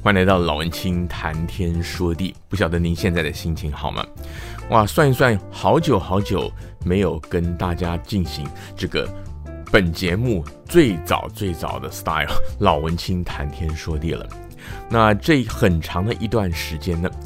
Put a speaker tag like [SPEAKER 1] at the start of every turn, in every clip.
[SPEAKER 1] 欢迎来到老文青谈天说地。不晓得您现在的心情好吗？哇，算一算，好久没有跟大家进行这个本节目最早的 style 老文青谈天说地了。那这很长的一段时间呢，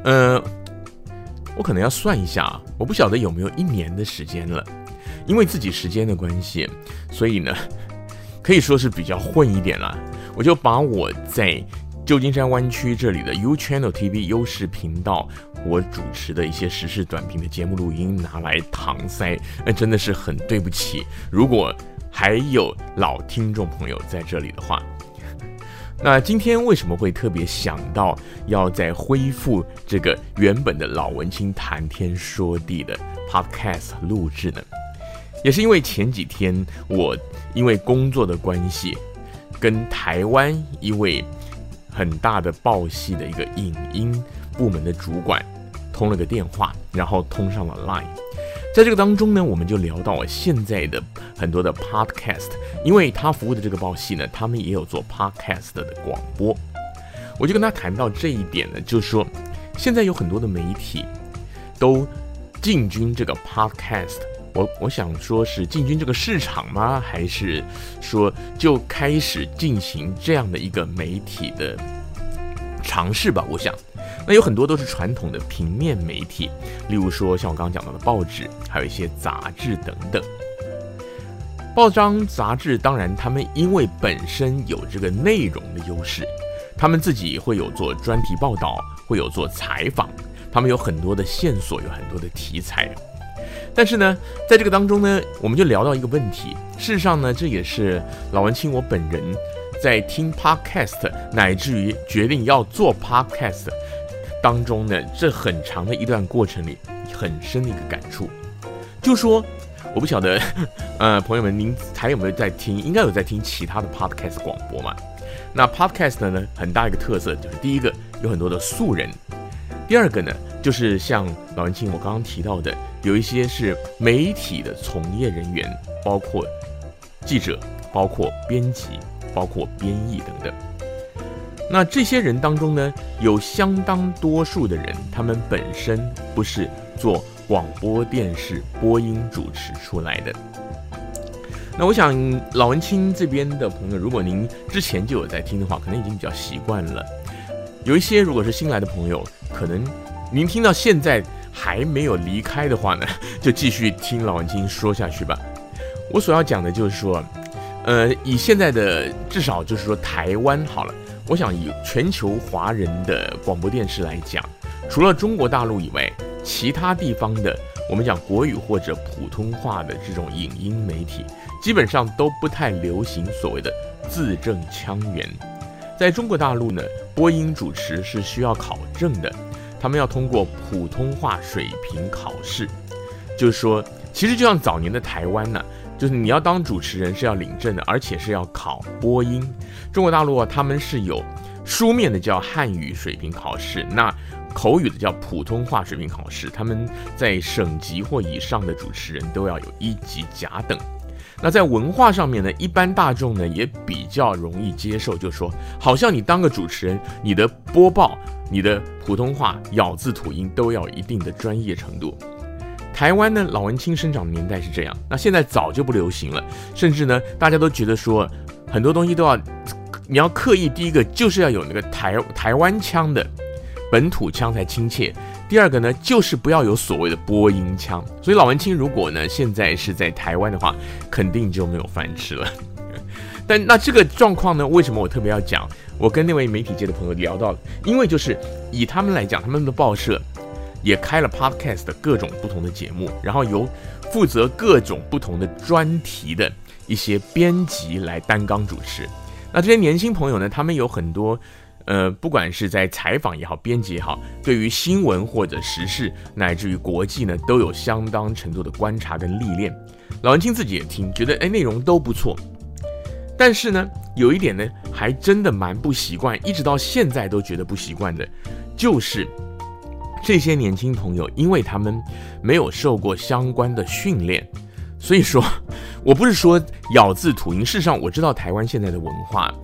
[SPEAKER 1] 我可能要算一下，我不晓得有没有1年的时间了。因为自己时间的关系，所以呢，可以说是比较混一点啦。我就把我在旧金山湾区这里的 U Channel TV 优视频道我主持的一些时事短评的节目录音拿来搪塞，真的是很对不起。如果还有老听众朋友在这里的话，那今天为什么会特别想到要再恢复这个原本的老文青谈天说地的 Podcast 录制呢？也是因为前几天我因为工作的关系，跟台湾一位很大的报系的一个影音部门的主管通了个电话，然后通上了 Line。在这个当中呢，我们就聊到现在的很多的 Podcast， 因为他服务的这个报系呢，他们也有做 Podcast 的广播。我就跟他谈到这一点呢，就是说现在有很多的媒体都进军这个 Podcast。我想说是进军这个市场吗？还是说就开始进行这样的一个媒体的尝试吧？我想，那有很多都是传统的平面媒体，例如说像我刚刚讲到的报纸，还有一些杂志等等。报章杂志当然他们因为本身有这个内容的优势，他们自己会有做专题报道，会有做采访，他们有很多的线索，有很多的题材。但是呢，在这个当中呢，我们就聊到一个问题。事实上呢，这也是老文青我本人在听 podcast 乃至于决定要做 podcast 当中呢，这很长的一段过程里很深的一个感触。就说我不晓得朋友们您还有没有在听，应该有在听其他的 podcast 广播嘛。那 podcast 呢，很大一个特色就是第一个有很多的素人，第二个呢就是像老文青我刚刚提到的，有一些是媒体的从业人员，包括记者，包括编辑，包括编译等等。那这些人当中呢，有相当多数的人，他们本身不是做广播电视播音主持出来的。那我想老文青这边的朋友，如果您之前就有在听的话，可能已经比较习惯了。有一些如果是新来的朋友，可能您听到现在还没有离开的话呢，就继续听老文青说下去吧。我所要讲的就是说，以现在的至少就是说台湾好了，我想以全球华人的广播电视来讲，除了中国大陆以外，其他地方的我们讲国语或者普通话的这种影音媒体，基本上都不太流行所谓的字正腔圆。在中国大陆呢，播音主持是需要考证的。他们要通过普通话水平考试，就是说，其实就像早年的台湾呢，就是你要当主持人是要领证的，而且是要考播音。中国大陆他们是有书面的叫汉语水平考试，那口语的叫普通话水平考试。他们在省级或以上的主持人都要有1级甲等。那在文化上面呢，一般大众呢也比较容易接受，就是说，好像你当个主持人，你的播报、你的普通话咬字吐音都要有一定的专业程度。台湾呢，老文青生长的年代是这样，那现在早就不流行了，甚至呢，大家都觉得说，很多东西都要，你要刻意，第一个就是要有那个台湾腔的本土腔才亲切。第二个呢，就是不要有所谓的播音腔。所以老文青如果呢现在是在台湾的话，肯定就没有饭吃了。但那这个状况呢，为什么我特别要讲？我跟那位媒体界的朋友聊到，因为就是以他们来讲，他们的报社也开了 podcast 的各种不同的节目，然后由负责各种不同的专题的一些编辑来担纲主持。那这些年轻朋友呢，他们有很多不管是在采访也好，编辑也好，对于新闻或者时事乃至于国际呢，都有相当程度的观察跟历练。老文青自己也听，觉得内容都不错。但是呢，有一点呢，还真的蛮不习惯，一直到现在都觉得不习惯的，就是这些年轻朋友，因为他们没有受过相关的训练，所以说我不是说咬字吐音。事实上，我知道台湾现在的文化，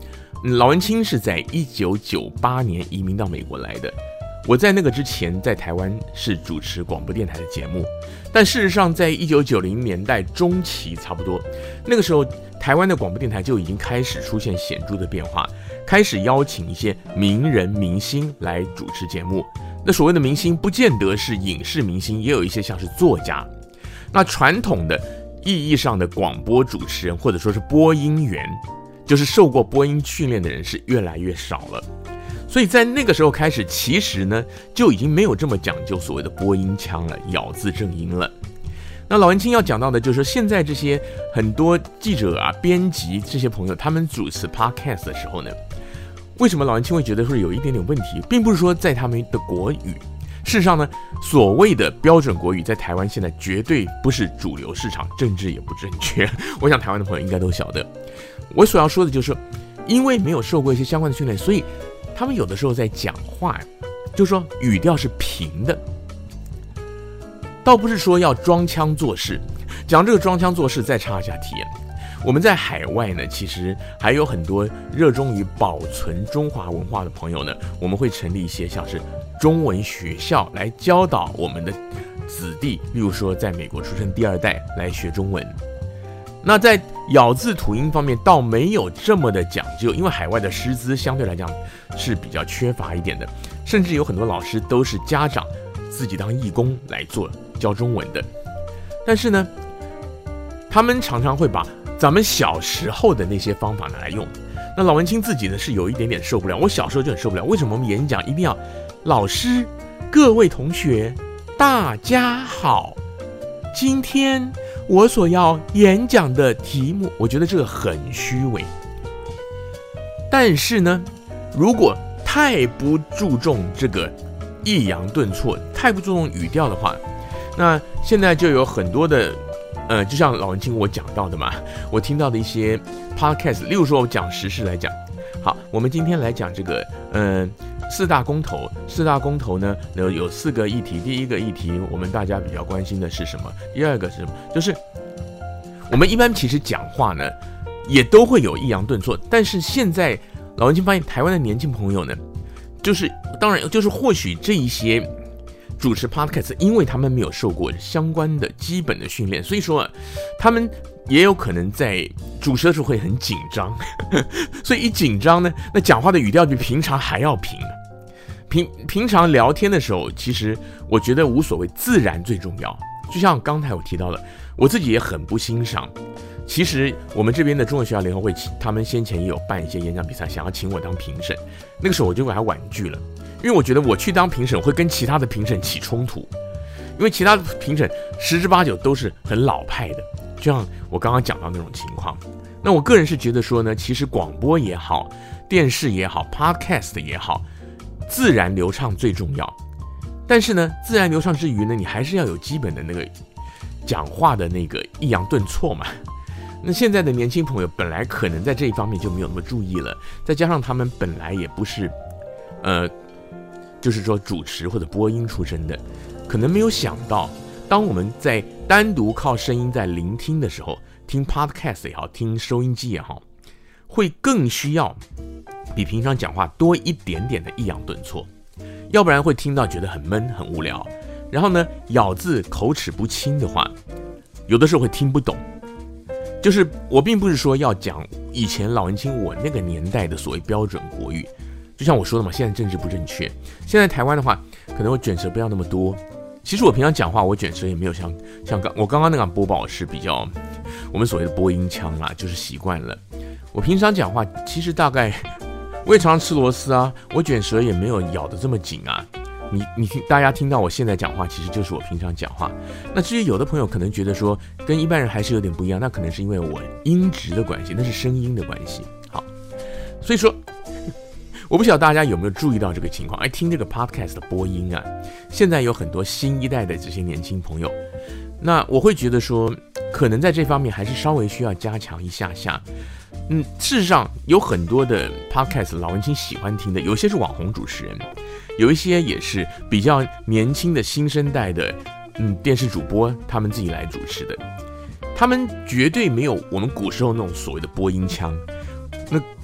[SPEAKER 1] 老文青是在1998年移民到美国来的。我在那个之前在台湾是主持广播电台的节目，但事实上在1990年代中期差不多，那个时候台湾的广播电台就已经开始出现显著的变化，开始邀请一些名人明星来主持节目。那所谓的明星不见得是影视明星，也有一些像是作家。那传统的意义上的广播主持人或者说是播音员，就是受过播音训练的人是越来越少了。所以在那个时候开始，其实呢就已经没有这么讲究所谓的播音腔了，咬字正音了。那老文青要讲到的就是说，现在这些很多记者啊、编辑这些朋友，他们主持 podcast 的时候呢，为什么老文青会觉得会有一点点问题，并不是说在他们的国语，事实上呢，所谓的标准国语在台湾现在绝对不是主流市场，政治也不正确。我想台湾的朋友应该都晓得。我所要说的就是，因为没有受过一些相关的训练，所以他们有的时候在讲话，就是说语调是平的，倒不是说要装腔作势。讲这个装腔作势，再插一下题，我们在海外呢，其实还有很多热衷于保存中华文化的朋友呢，我们会成立一些像是中文学校来教导我们的子弟，例如说在美国出生第2代来学中文。那在咬字吐音方面倒没有这么的讲究，因为海外的师资相对来讲是比较缺乏一点的，甚至有很多老师都是家长自己当义工来做教中文的。但是呢，他们常常会把咱们小时候的那些方法拿来用。那老文青自己呢是有一点点受不了，我小时候就很受不了，为什么我们演讲一定要老师、各位同学大家好，今天我所要演讲的题目，我觉得这个很虚伪。但是呢，如果太不注重这个抑扬顿挫，太不注重语调的话，那现在就有很多的就像老文青我讲到的嘛，我听到的一些 podcast， 例如说我讲时事来讲，好，我们今天来讲这个四大公投呢有4个议题。第一个议题我们大家比较关心的是什么？第二个是什么？就是我们一般其实讲话呢也都会有抑扬顿挫，但是现在老文青发现台湾的年轻朋友呢，就是当然就是或许这一些主持 podcast， 因为他们没有受过相关的基本的训练，所以说他们也有可能在主持的时候会很紧张，所以一紧张呢，那讲话的语调比平常还要平。平常聊天的时候，其实我觉得无所谓，自然最重要。就像刚才我提到的，我自己也很不欣赏。其实我们这边的中文学校联合会，他们先前也有办一些演讲比赛，想要请我当评审，那个时候我就给他婉拒了，因为我觉得我去当评审会跟其他的评审起冲突，因为其他的评审10之8九都是很老派的，就像我刚刚讲到那种情况。那我个人是觉得说呢，其实广播也好，电视也好 ，podcast 也好，自然流畅最重要。但是呢，自然流畅之余呢，你还是要有基本的那个讲话的那个抑扬顿挫嘛。那现在的年轻朋友本来可能在这一方面就没有那么注意了，再加上他们本来也不是就是说主持或者播音出身的，可能没有想到，当我们在单独靠声音在聆听的时候，听 podcast 也好，听收音机也好，会更需要比平常讲话多一点点的抑扬顿挫，要不然会听到觉得很闷很无聊，然后呢咬字口齿不清的话，有的时候会听不懂。就是我并不是说要讲以前老文青我那个年代的所谓标准国语，就像我说的嘛，现在政治不正确，现在台湾的话可能我卷舌不要那么多。其实我平常讲话我卷舌也没有像我刚刚那个播报是比较我们所谓的播音腔啦，就是习惯了。我平常讲话其实大概我也常常吃螺丝啊，我卷舌也没有咬得这么紧啊。大家听到我现在讲话，其实就是我平常讲话。那至于有的朋友可能觉得说跟一般人还是有点不一样，那可能是因为我音质的关系，那是声音的关系。好，所以说我不晓得大家有没有注意到这个情况，听这个 podcast 的播音啊，现在有很多新一代的这些年轻朋友，那我会觉得说可能在这方面还是稍微需要加强一下。事实上有很多的 podcast 老文青喜欢听的，有些是网红主持人，有一些也是比较年轻的新生代的电视主播，他们自己来主持的，他们绝对没有我们古时候那种所谓的播音腔。那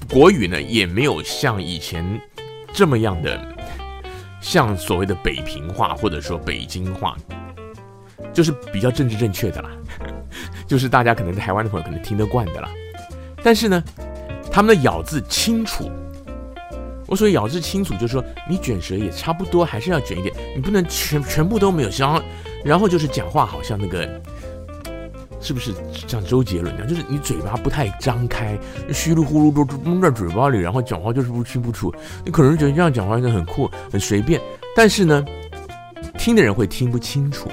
[SPEAKER 1] 国语呢也没有像以前这么样的，像所谓的北平话或者说北京话，就是比较政治正确的啦，就是大家可能台湾的朋友可能听得惯的啦。但是呢，他们的咬字清楚。我所谓咬字清楚，就是说你卷舌也差不多，还是要卷一点，你不能全部都没有像，然后就是讲话好像那个，是不是像周杰伦一样，就是你嘴巴不太张开，稀里呼噜都蒙在嘴巴里，然后讲话就是不清不楚。你可能觉得这样讲话应该很酷、很随便，但是呢，听的人会听不清楚。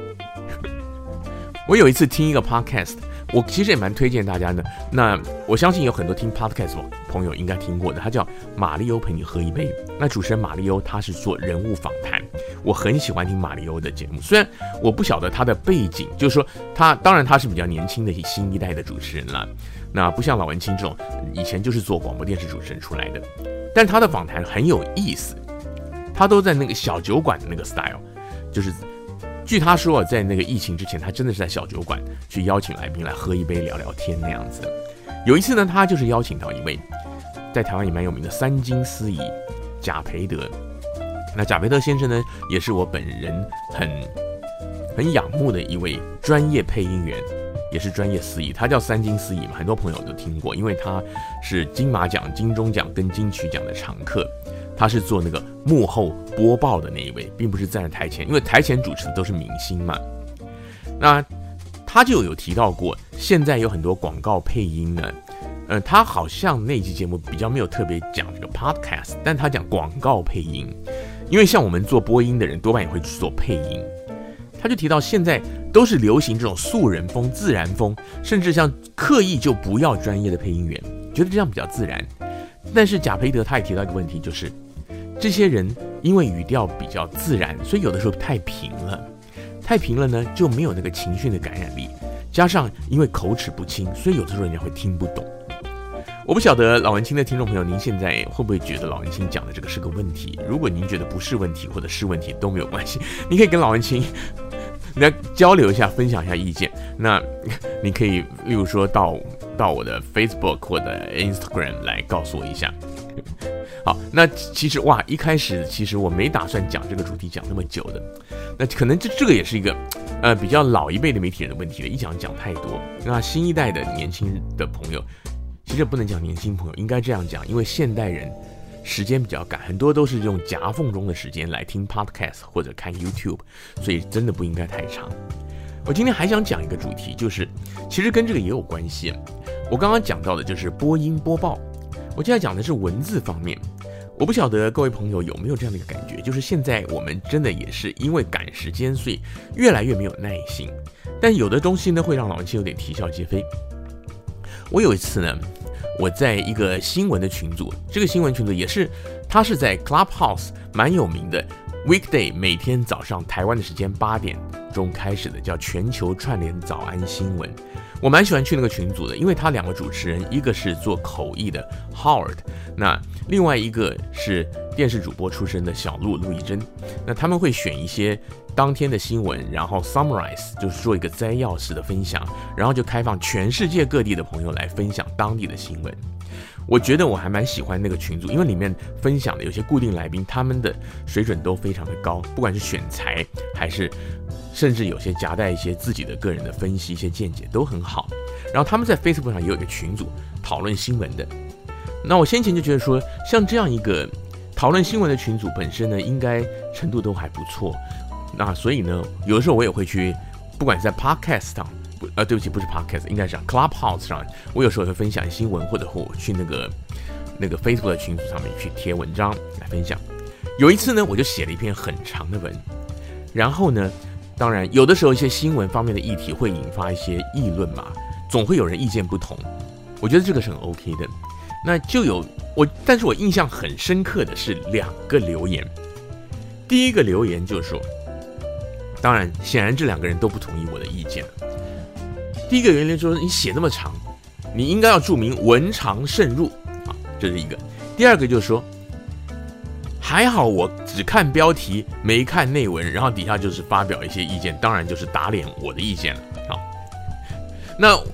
[SPEAKER 1] 我有一次听一个 podcast。我其实也蛮推荐大家的，那我相信有很多听 podcast 朋友应该听过的，他叫马里欧陪你喝一杯。那主持人马里欧他是做人物访谈，我很喜欢听马里欧的节目，虽然我不晓得他的背景，就是说当然他是比较年轻的新一代的主持人啦，那不像老文青这种以前就是做广播电视主持人出来的，但他的访谈很有意思，他都在那个小酒馆的那个 style， 就是据他说，在那个疫情之前，他真的是在小酒馆去邀请来宾来喝一杯聊聊天那样子的。有一次呢，他就是邀请到一位在台湾也蛮有名的三金司仪贾培德。那贾培德先生呢，也是我本人很仰慕的一位专业配音员，也是专业司仪。他叫三金司仪嘛，很多朋友都听过，因为他是金马奖、金钟奖跟金曲奖的常客。他是做那个幕后播报的那一位，并不是站在台前，因为台前主持的都是明星嘛。那他就有提到过，现在有很多广告配音呢，他好像那期节目比较没有特别讲这个 podcast， 但他讲广告配音，因为像我们做播音的人多半也会去做配音。他就提到现在都是流行这种素人风、自然风，甚至像刻意就不要专业的配音员，觉得这样比较自然。但是贾培德他也提到一个问题，就是这些人因为语调比较自然，所以有的时候太平了呢，就没有那个情绪的感染力，加上因为口齿不清，所以有的时候人家会听不懂。我不晓得老文青的听众朋友，您现在会不会觉得老文青讲的这个是个问题？如果您觉得不是问题或者是问题都没有关系，你可以跟老文青来交流一下，分享一下意见。那你可以例如说到我的 Facebook 或者 Instagram 来告诉我一下。好，那其实一开始其实我没打算讲这个主题讲那么久的，那可能这个也是一个比较老一辈的媒体人的问题了，一讲太多。那新一代的年轻的朋友，其实不能讲年轻朋友，应该这样讲，因为现代人时间比较赶，很多都是用夹缝中的时间来听 podcast 或者看 YouTube， 所以真的不应该太长。我今天还想讲一个主题，就是其实跟这个也有关系。我刚刚讲到的就是播音播报，我现在讲的是文字方面。我不晓得各位朋友有没有这样的一个感觉，就是现在我们真的也是因为赶时间，所以越来越没有耐心。但有的东西呢，会让老文青有点啼笑皆非。我有一次呢，我在一个新闻的群组，这个新闻群组它是在 Clubhouse 蛮有名的 Weekday， 每天早上台湾的时间8点钟开始的，叫全球串联早安新闻。我蛮喜欢去那个群组的，因为他两个主持人，一个是做口译的 Howard， 那另外一个是电视主播出身的小陆义珍。那他们会选一些当天的新闻，然后 summarize， 就是做一个摘要式的分享，然后就开放全世界各地的朋友来分享当地的新闻。我觉得我还蛮喜欢那个群组，因为里面分享的有些固定来宾，他们的水准都非常的高，不管是选材还是甚至有些夹带一些自己的个人的分析，一些见解都很好。然后他们在 Facebook 上也有一个群组讨论新闻的。那我先前就觉得说，像这样一个讨论新闻的群组本身呢，应该程度都还不错。那所以呢，有的时候我也会去，不管是在 Podcast 上。对不起，不是 podcast， 应该是 Clubhouse 上，我有时候会分享新闻，或者我去那个 Facebook 的群组上面去贴文章来分享。有一次呢，我就写了一篇很长的文，然后呢，当然有的时候一些新闻方面的议题会引发一些议论嘛，总会有人意见不同，我觉得这个是很 OK 的。那就有但是我印象很深刻的是2个留言。第一个留言就是说，当然显然这2个人都不同意我的意见了。第一个原因就是你写那么长，你应该要注明文长慎入啊，这是一个。第二个就是说，还好我只看标题没看内文，然后底下就是发表一些意见，当然就是打脸我的意见了啊。那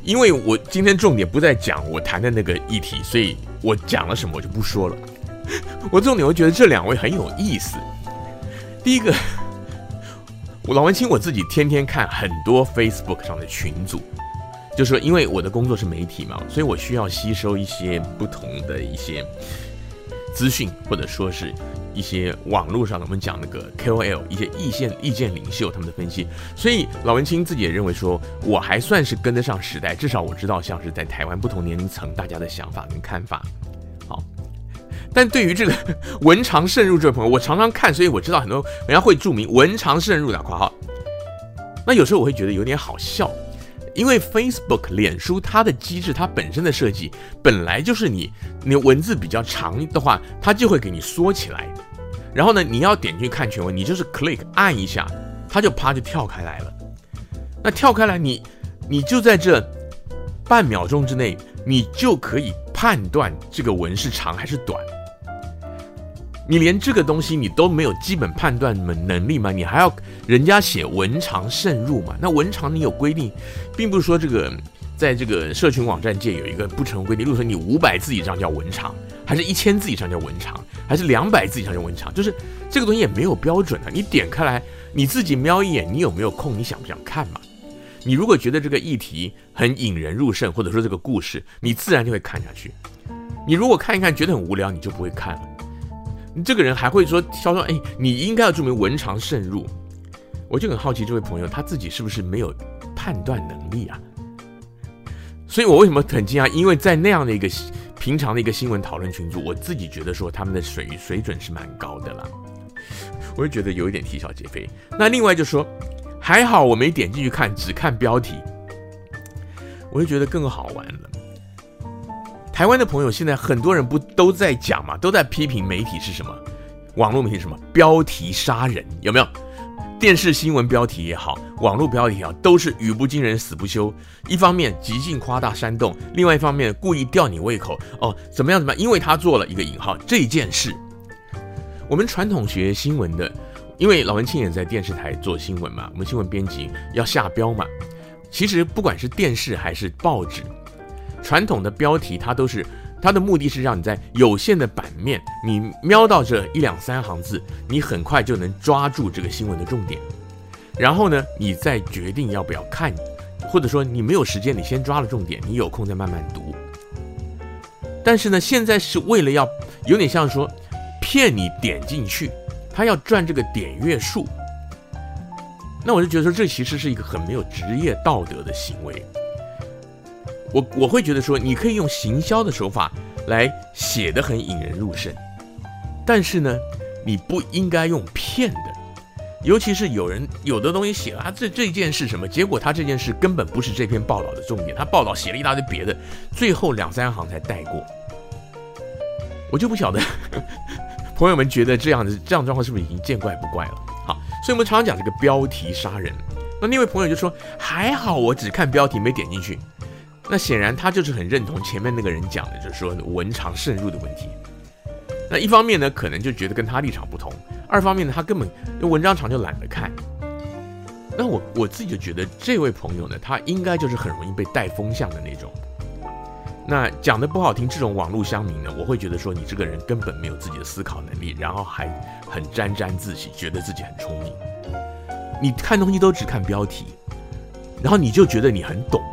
[SPEAKER 1] 因为我今天重点不在讲我谈的那个议题，所以我讲了什么我就不说了。我重点会觉得这两位很有意思。第一个，老文青我自己天天看很多 Facebook 上的群组，就是说因为我的工作是媒体嘛，所以我需要吸收一些不同的一些资讯，或者说是一些网络上的我们讲那个 KOL 一些意见领袖他们的分析，所以老文青自己也认为说我还算是跟得上时代，至少我知道像是在台湾不同年龄层大家的想法跟看法。好，但对于这个文长慎入这位朋友，我常常看，所以我知道很多人家会注明文长慎入的括号。那有时候我会觉得有点好笑，因为 Facebook 脸书它的机制，它本身的设计本来就是你文字比较长的话，它就会给你缩起来，然后呢，你要点进去看全文，你就是 click 按一下，它就啪就跳开来了。那跳开来，你就在这半秒钟之内，你就可以判断这个文是长还是短。你连这个东西你都没有基本判断能力吗？你还要人家写文长慎入嘛？那文长你有规定，并不是说这个在这个社群网站界有一个不成文规定，例如说你500字以上叫文长，还是1000字以上叫文长，还是200字以上叫文长，就是这个东西也没有标准的。你点开来，你自己瞄一眼，你有没有空？你想不想看嘛？你如果觉得这个议题很引人入胜，或者说这个故事，你自然就会看下去。你如果看一看觉得很无聊，你就不会看了。你这个人还会说，你应该要注明文长慎入。我就很好奇这位朋友他自己是不是没有判断能力啊？所以我为什么很惊讶？因为在那样的一个平常的一个新闻讨论群组，我自己觉得说他们的水准是蛮高的啦，我就觉得有一点啼笑皆非。那另外就说还好我没点进去看，只看标题，我就觉得更好玩了。台湾的朋友现在很多人不都在讲嘛，都在批评媒体是什么，网络媒体是什么，标题杀人，有没有？电视新闻标题也好，网络标题也好，都是语不惊人死不休。一方面极尽夸大煽动，另外一方面故意吊你胃口，怎么样，因为他做了一个引号这件事。我们传统学新闻的，因为老文青也在电视台做新闻嘛，我们新闻编辑要下标嘛。其实不管是电视还是报纸，传统的标题它的目的是让你在有限的版面，你瞄到这1、2、3行字，你很快就能抓住这个新闻的重点，然后呢，你再决定要不要看，或者说你没有时间，你先抓了重点，你有空再慢慢读。但是呢，现在是为了要有点像说骗你点进去，他要赚这个点阅数。那我就觉得说，这其实是一个很没有职业道德的行为。我会觉得说，你可以用行销的手法来写得很引人入胜，但是呢，你不应该用骗的。尤其是有的东西写了这件事什么，结果他这件事根本不是这篇报道的重点，他报道写了一大堆别的，最后2、3行才带过。我就不晓得朋友们觉得这样的状况是不是已经见怪不怪了？好，所以我们常常讲这个标题杀人。那位朋友就说，还好我只看标题没点进去。那显然他就是很认同前面那个人讲的，就是说文长慎入的问题。那一方面呢，可能就觉得跟他立场不同；二方面呢，他根本文章长就懒得看。那我自己就觉得这位朋友呢，他应该就是很容易被带风向的那种。那讲的不好听，这种网络乡民呢，我会觉得说你这个人根本没有自己的思考能力，然后还很沾沾自喜，觉得自己很聪明。你看东西都只看标题，然后你就觉得你很懂。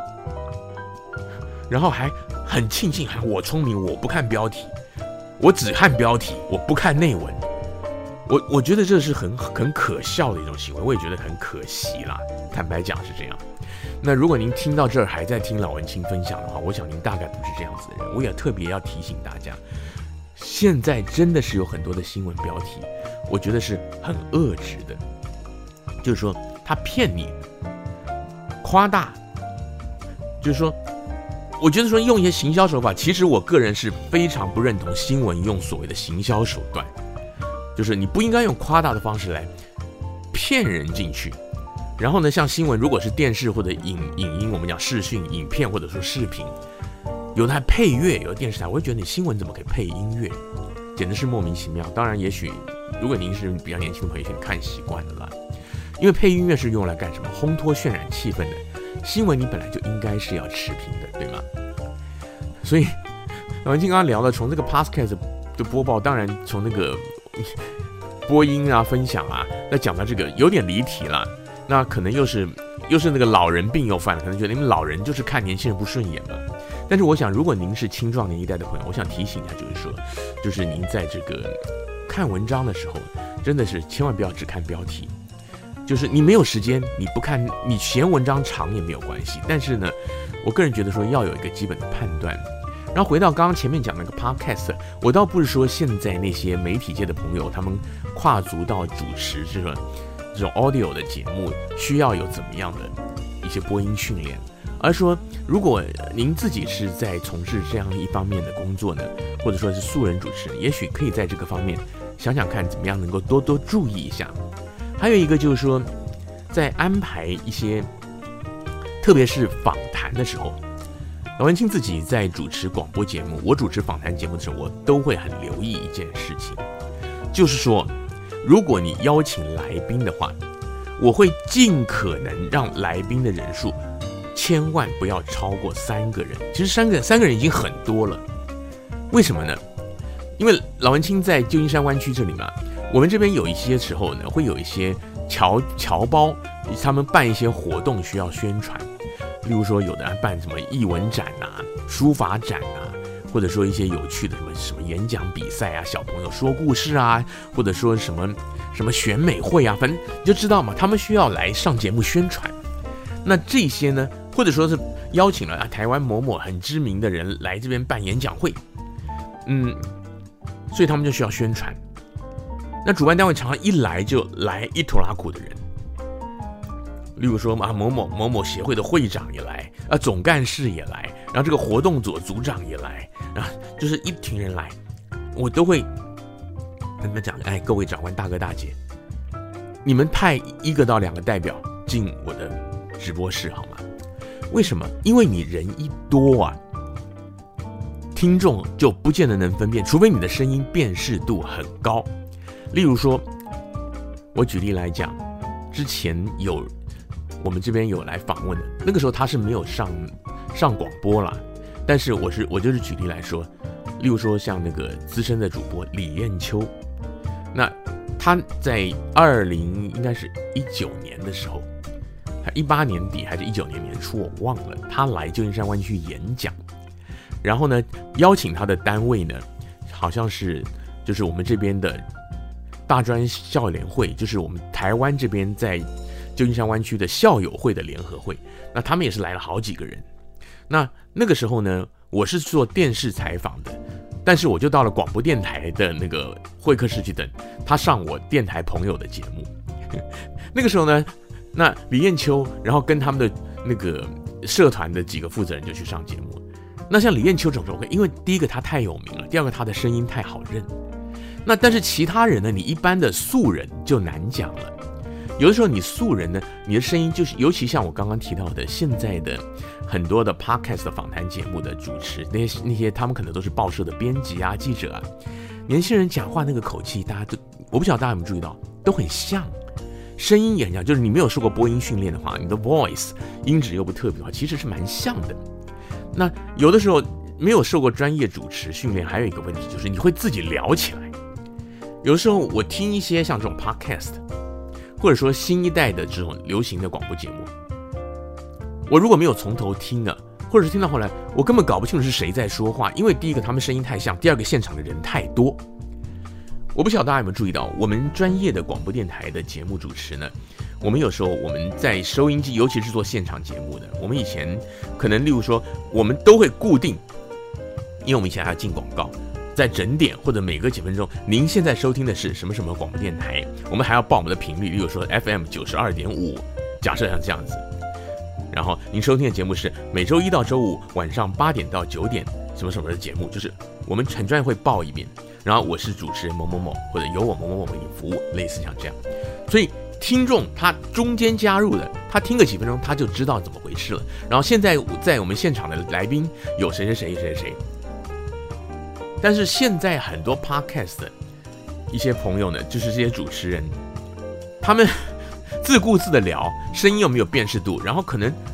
[SPEAKER 1] 然后还很庆幸，我聪明，我不看标题，我只看标题，我不看内文。我觉得这是很可笑的一种行为，我也觉得很可惜啦。坦白讲是这样。那如果您听到这儿还在听老文青分享的话，我想您大概不是这样子的人。我也特别要提醒大家，现在真的是有很多的新闻标题，我觉得是很恶质的，就是说他骗你，夸大，就是说。我觉得说用一些行销手法，其实我个人是非常不认同新闻用所谓的行销手段，就是你不应该用夸大的方式来骗人进去。然后呢，像新闻如果是电视或者影音，我们讲视讯、影片或者说视频，有它配乐，有的电视台，我会觉得你新闻怎么可以配音乐，简直是莫名其妙。当然，也许如果您是比较年轻的朋友，先看习惯了啦。因为配音乐是用来干什么？烘托渲染气氛的。 新闻你本来就应该是要持平的，对吗？所以老文青刚刚聊了，从这个 podcast 的播报，当然从那个播音啊、分享啊，再讲到这个有点离题了。那可能又是那个老人病又犯了，可能觉得你们老人就是看年轻人不顺眼嘛。但是我想，如果您是青壮年一代的朋友，我想提醒一下，就是说，就是您在这个看文章的时候，真的是千万不要只看标题。就是你没有时间，你不看，你嫌文章长也没有关系。但是呢，我个人觉得说要有一个基本的判断。然后回到刚刚前面讲那个 podcast， 我倒不是说现在那些媒体界的朋友他们跨足到主持这种 audio 的节目需要有怎么样的一些播音训练，而说如果您自己是在从事这样一方面的工作呢，或者说是素人主持人，也许可以在这个方面想想看怎么样能够多多注意一下。还有一个就是说，在安排一些特别是访谈的时候，老文青自己在主持广播节目，我主持访谈节目的时候，我都会很留意一件事情，就是说如果你邀请来宾的话，我会尽可能让来宾的人数千万不要超过3个人。其实三个人已经很多了。为什么呢？因为老文青在旧金山湾区这里嘛，我们这边有一些时候呢，会有一些侨胞，他们办一些活动需要宣传，例如说有的办什么艺文展啊、书法展啊，或者说一些有趣的什么演讲比赛啊，小朋友说故事啊，或者说什么选美会啊，反正你就知道嘛，他们需要来上节目宣传。那这些呢，或者说是邀请了台湾某某很知名的人来这边办演讲会，所以他们就需要宣传。那主办单位常常一来就来一拖拉苦的人，例如说某某协会的会长也来，总干事也来，然后这个活动组组长也来，就是一群人来，我都会跟他们讲，各位长官大哥大姐，你们派1个到2个代表进我的直播室好吗？为什么？因为你人一多啊，听众就不见得能分辨，除非你的声音辨识度很高。例如说，我举例来讲，之前我们这边有来访问的，那个时候他是没有上广播啦，但是我就是举例来说，例如说像那个资深的主播李艳秋，那他在应该是19年的时候，他18年底还是19年年初我忘了，他来旧金山湾区演讲，然后呢邀请他的单位呢，好像是就是我们这边的大专校联会，就是我们台湾这边在旧金山湾区的校友会的联合会，那他们也是来了好几个人。那个时候呢，我是做电视采访的，但是我就到了广播电台的那个会客室去等他上我电台朋友的节目。那个时候呢，那李艳秋，然后跟他们的那个社团的几个负责人就去上节目。那像李艳秋这种 OK， 因为第一个他太有名了，第二个他的声音太好认。那但是其他人呢，你一般的素人就难讲了。有的时候你素人呢，你的声音就是，尤其像我刚刚提到的，现在的很多的 podcast 的访谈节目的主持，那些他们可能都是报社的编辑啊、记者啊，年轻人讲话那个口气，大家都，我不晓得大家有没有注意到，都很像，声音也很像。就是你没有受过播音训练的话，你的 voice 音质又不特别的话，其实是蛮像的。那有的时候没有受过专业主持训练，还有一个问题就是你会自己聊起来。有的时候我听一些像这种 podcast， 或者说新一代的这种流行的广播节目，我如果没有从头听啊，或者是听到后来，我根本搞不清楚是谁在说话，因为第一个他们声音太像，第二个现场的人太多。我不晓得大家有没有注意到，我们专业的广播电台的节目主持呢，我们有时候我们在收音机，尤其是做现场节目的，我们以前可能例如说我们都会固定，因为我们以前还要进广告，在整点或者每隔几分钟，您现在收听的是什么什么广播电台，我们还要报我们的频率，例如说 FM 92.5，假设像这样子。然后您收听的节目是每周1到周5晚上8点到9点什么什么的节目，就是我们很专业会报一遍，然后我是主持人某某某，或者由我某某某为你服务，类似像这样。所以听众他中间加入的，他听个几分钟他就知道怎么回事了。然后现在在我们现场的来宾有谁谁谁谁谁，但是现在很多 podcast 的一些朋友呢，就是这些主持人，他们自顾自的聊，声音又没有辨识度，然后可能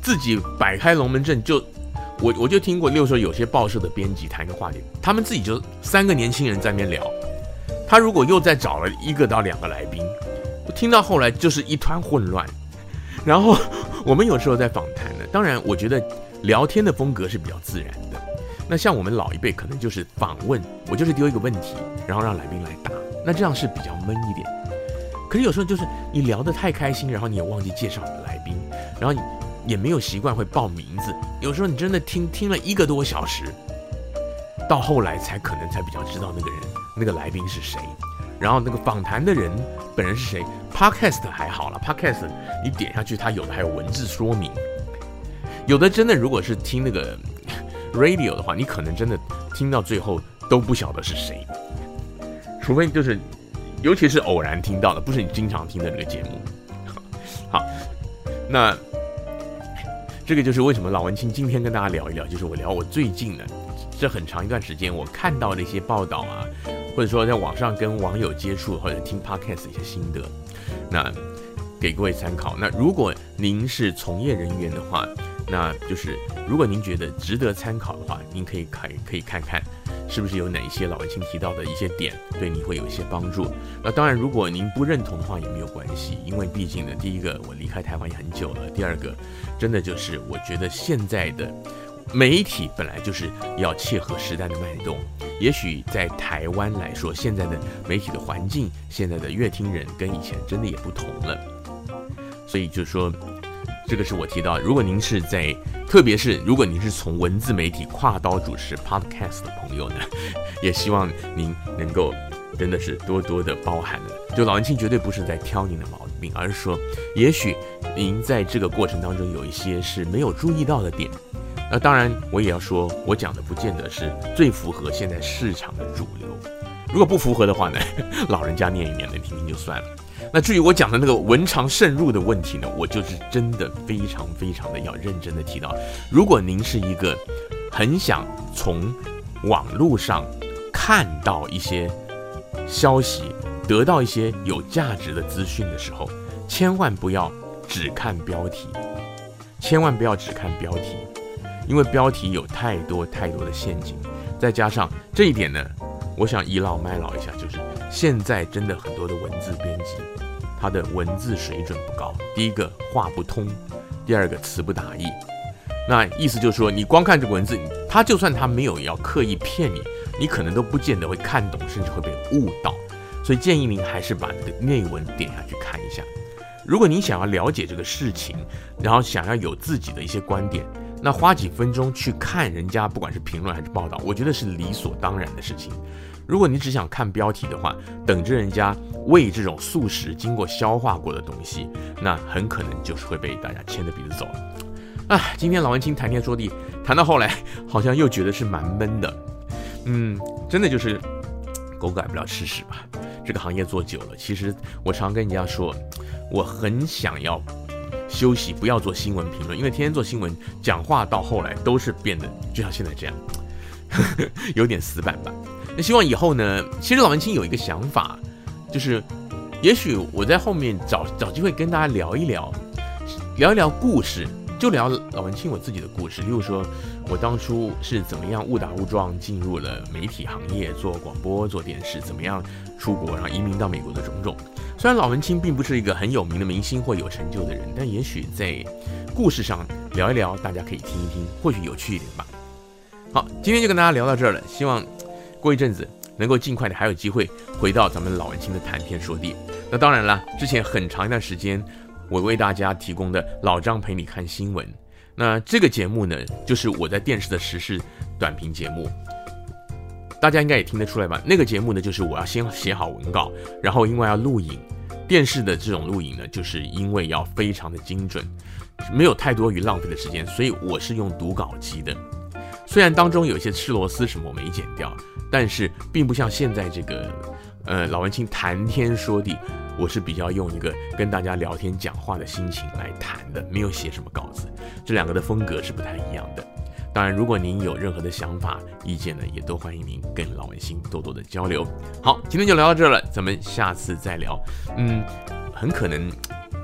[SPEAKER 1] 自己摆开龙门阵就。我就听过，例如说有些报社的编辑谈一个话题，他们自己就3个年轻人在那边聊，他如果又再找了1到2个来宾，我听到后来就是一团混乱。然后我们有时候在访谈呢，当然我觉得聊天的风格是比较自然的。那像我们老一辈可能就是访问，我就是丢一个问题，然后让来宾来答，那这样是比较闷一点。可是有时候就是你聊得太开心，然后你也忘记介绍你的来宾，然后你也没有习惯会报名字，有时候你真的听了1个多小时，到后来可能才比较知道那个人那个来宾是谁，然后那个访谈的人本人是谁。Podcast 还好了 ，Podcast 你点下去，它有的还有文字说明，有的真的如果是听那个 radio 的话，你可能真的听到最后都不晓得是谁，除非就是尤其是偶然听到的，不是你经常听的那个节目。好，那。这个就是为什么老文青今天跟大家聊一聊，就是我聊我最近呢，这很长一段时间我看到的一些报道啊，或者说在网上跟网友接触或者听 podcast 的一些心得，那给各位参考。那如果您是从业人员的话，那就是如果您觉得值得参考的话，您可以看看是不是有哪一些老文青提到的一些点对你会有一些帮助。那当然如果您不认同的话也没有关系，因为毕竟呢，第一个我离开台湾也很久了，第二个真的就是我觉得现在的媒体本来就是要切合时代的脉动，也许在台湾来说，现在的媒体的环境，现在的乐听人跟以前真的也不同了。所以就是说这个是我提到，如果您是特别是如果您是从文字媒体跨刀主持 podcast 的朋友呢，也希望您能够真的是多多的包涵了。就老文青绝对不是在挑您的毛病，而是说也许您在这个过程当中有一些是没有注意到的点。那当然我也要说，我讲的不见得是最符合现在市场的主流，如果不符合的话呢，老人家念一念的听听就算了。那至于我讲的那个文长慎入的问题呢，我就是真的非常非常的要认真的提到，如果您是一个很想从网络上看到一些消息，得到一些有价值的资讯的时候，千万不要只看标题，千万不要只看标题，因为标题有太多太多的陷阱。再加上这一点呢，我想倚老卖老一下，就是现在真的很多的文字编辑，他的文字水准不高。第一个话不通，第二个词不达意。那意思就是说，你光看这个文字，他就算他没有要刻意骗你，你可能都不见得会看懂，甚至会被误导。所以建议您还是把这个内文点下去看一下。如果您想要了解这个事情，然后想要有自己的一些观点，那花几分钟去看人家不管是评论还是报道，我觉得是理所当然的事情。如果你只想看标题的话，等着人家为这种速食经过消化过的东西，那很可能就是会被大家牵着鼻子走了。今天老文青谈天说地，谈到后来好像又觉得是蛮闷的。真的就是狗改不了吃屎吧。这个行业做久了，其实我常跟人家说，我很想要休息，不要做新闻评论，因为天天做新闻讲话到后来都是变得就像现在这样有点死板吧。那希望以后呢，其实老文青有一个想法，就是也许我在后面找机会跟大家聊一聊故事，就聊老文青我自己的故事。例如说我当初是怎么样误打误撞进入了媒体行业，做广播做电视，怎么样出国然后移民到美国的种种。虽然老文青并不是一个很有名的明星或有成就的人，但也许在故事上聊一聊，大家可以听一听，或许有趣一点吧。好，今天就跟大家聊到这儿了，希望过一阵子能够尽快的还有机会回到咱们老文青的谈天说地。那当然了，之前很长一段时间我为大家提供的老张陪你看新闻，那这个节目呢，就是我在电视的时事短评节目，大家应该也听得出来吧。那个节目呢，就是我要先写好文稿，然后因为要录影，电视的这种录影呢，就是因为要非常的精准，没有太多余浪费的时间，所以我是用读稿机的。虽然当中有一些吃螺丝什么我没剪掉，但是并不像现在这个老文青谈天说地，我是比较用一个跟大家聊天讲话的心情来谈的，没有写什么稿子，这两个的风格是不太一样的。当然如果您有任何的想法意见呢，也都欢迎您跟老文青多多的交流。好，今天就聊到这了，咱们下次再聊。很可能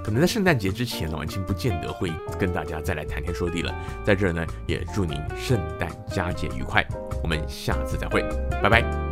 [SPEAKER 1] 可能在圣诞节之前已经不见得会跟大家再来谈天说地了。在这儿呢，也祝您圣诞佳节愉快，我们下次再会，拜拜。